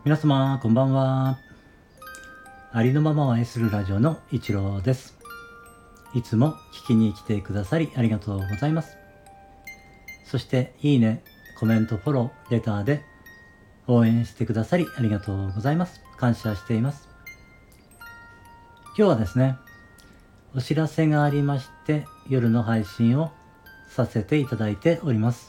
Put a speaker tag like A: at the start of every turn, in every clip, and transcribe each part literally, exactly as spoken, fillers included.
A: 皆様こんばんは。ありのままを愛するラジオの一郎です。いつも聞きに来てくださりありがとうございます。そしていいね、コメント、フォロー、レターで応援してくださりありがとうございます。感謝しています。今日はですね、お知らせがありまして夜の配信をさせていただいております。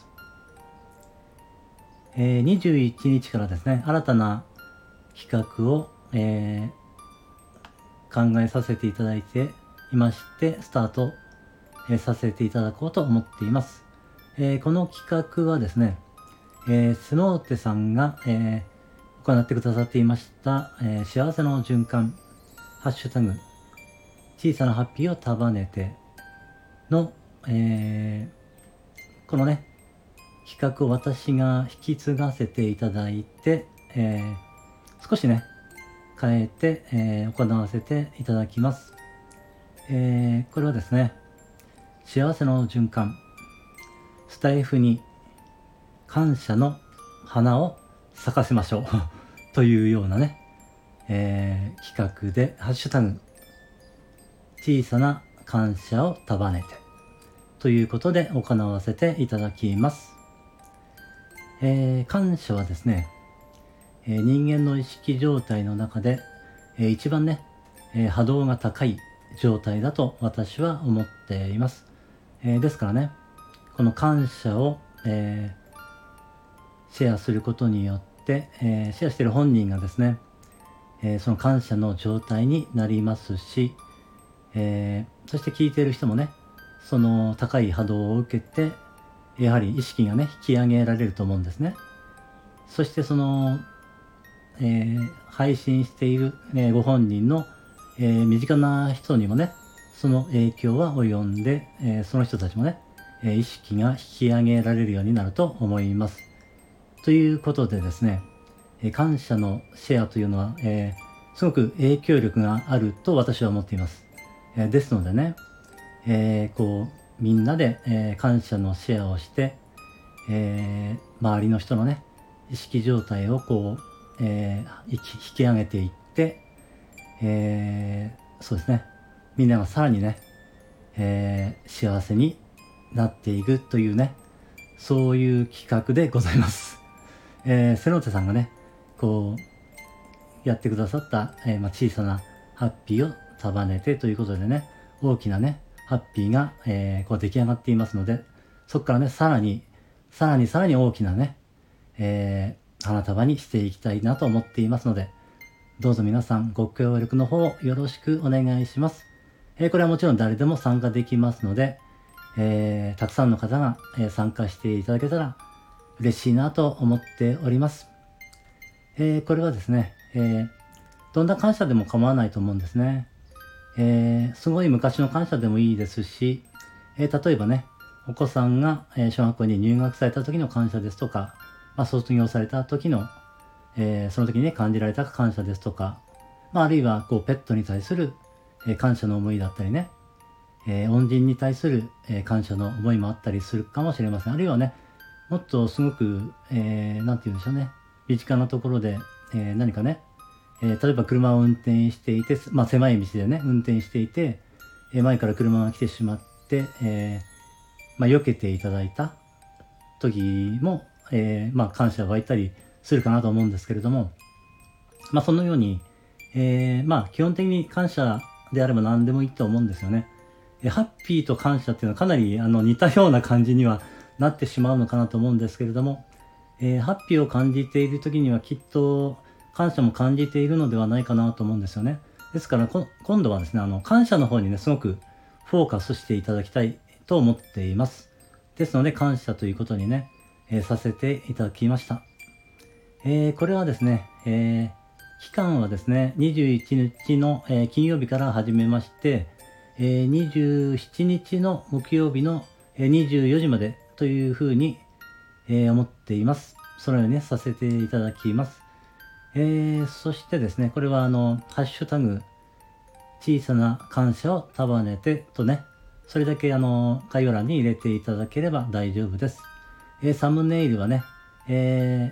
A: えー、にじゅういちにちからですね、新たな企画を、えー、考えさせていただいていましてスタート、えー、させていただこうと思っています。えー、この企画はですね、えー、スノーテさんが、えー、行ってくださっていました、えー、幸せの循環ハッシュタグ小さなハッピーを束ねての、えー、このね企画を私が引き継がせていただいて、えー、少しね変えて、えー、行わせていただきます。えー、これはですね、幸せの循環、スタイフに感謝の花を咲かせましょうというようなね、えー、企画でハッシュタグ小さな感謝を束ねてということで行わせていただきます。えー、感謝はですね、えー、人間の意識状態の中で、えー、一番ね、えー、波動が高い状態だと私は思っています。えー、ですからね、この感謝を、えー、シェアすることによって、えー、シェアしている本人がですね、えー、その感謝の状態になりますし、えー、そして聞いている人もね、その高い波動を受けてやはり意識がね引き上げられると思うんですね。そしてその、えー、配信している、ね、ご本人の、えー、身近な人にもねその影響は及んで、えー、その人たちもね、えー、意識が引き上げられるようになると思います。ということでですね、えー、感謝のシェアというのは、えー、すごく影響力があると私は思っています。えー、ですのでね、えー、こうみんなで、えー、感謝のシェアをして、えー、周りの人のね意識状態をこう、えー、引き上げていって、えー、そうですね、みんながさらにね、えー、幸せになっていくというね、そういう企画でございます。えー、セノテさんがねこうやってくださった、えーまあ、小さなハッピーを束ねてということでね、大きなねハッピーが、えー、こう出来上がっていますので、そこからねさらにさらにさらに大きなね、えー、花束にしていきたいなと思っていますので、どうぞ皆さんご協力の方よろしくお願いします。えー、これはもちろん誰でも参加できますので、えー、たくさんの方が、えー、参加していただけたら嬉しいなと思っております。えー、これはですね、えー、どんな感謝でも構わないと思うんですね。えー、すごい昔の感謝でもいいですし、えー、例えばね、お子さんが、えー、小学校に入学された時の感謝ですとか、まあ、卒業された時の、えー、その時にね、感じられた感謝ですとか、まあ、あるいはこうペットに対する、えー、感謝の思いだったりね、えー、恩人に対する、えー、感謝の思いもあったりするかもしれません。あるいはね、もっとすごく、えー、なんて言うんでしょうね、身近なところで、えー、何かね、えー、例えば車を運転していて、まあ、狭い道でね運転していて、えー、前から車が来てしまって、えーまあ、避けていただいた時も、えーまあ、感謝が湧いたりするかなと思うんですけれども、まあ、そのように、えーまあ、基本的に感謝であれば何でもいいと思うんですよね。えー、ハッピーと感謝っていうのはかなりあの似たような感じにはなってしまうのかなと思うんですけれども、えー、ハッピーを感じている時にはきっと感謝も感じているのではないかなと思うんですよね。ですから今度はですね、あの感謝の方にねすごくフォーカスしていただきたいと思っています。ですので感謝ということにね、えー、させていただきました。えー、これはですね、えー、期間はですねにじゅういちにちの、えー、金曜日から始めまして、えー、にじゅうしちにちの木曜日のにじゅうよじまでというふうに、えー、思っています。そのように、ね、させていただきます。えー、そしてですね、これはあのハッシュタグ小さな感謝を束ねてとね、それだけあの概要欄に入れていただければ大丈夫です。えー、サムネイルはね、え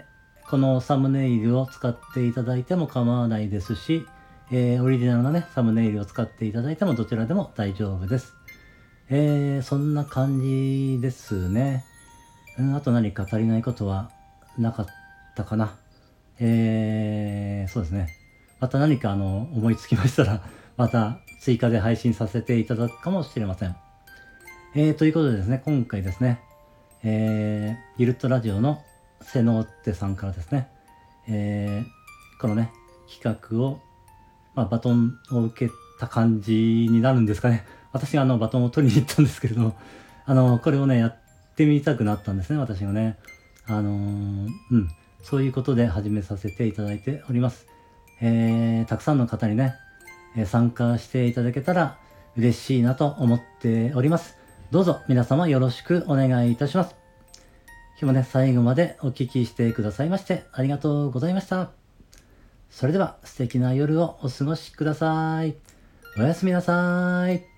A: このサムネイルを使っていただいても構わないですし、えー、オリジナルのね、サムネイルを使っていただいてもどちらでも大丈夫です。えー、そんな感じですね。うん、あと何か足りないことはなかったかな。えー、そうですね。また何かあの、思いつきましたら、また追加で配信させていただくかもしれません。えー、ということでですね、今回ですね、えー、ゆるっとラジオの瀬能手さんからですね、えー、このね、企画を、まあ、バトンを受けた感じになるんですかね。私があの、バトンを取りに行ったんですけれども、あの、これをね、やってみたくなったんですね、私がね。あのー、うん、そういうことで始めさせていただいております。えー、たくさんの方にね、えー参加していただけたら嬉しいなと思っております。どうぞ皆様よろしくお願いいたします。今日もね、最後までお聞きしてくださいましてありがとうございました。それでは素敵な夜をお過ごしください。おやすみなさい。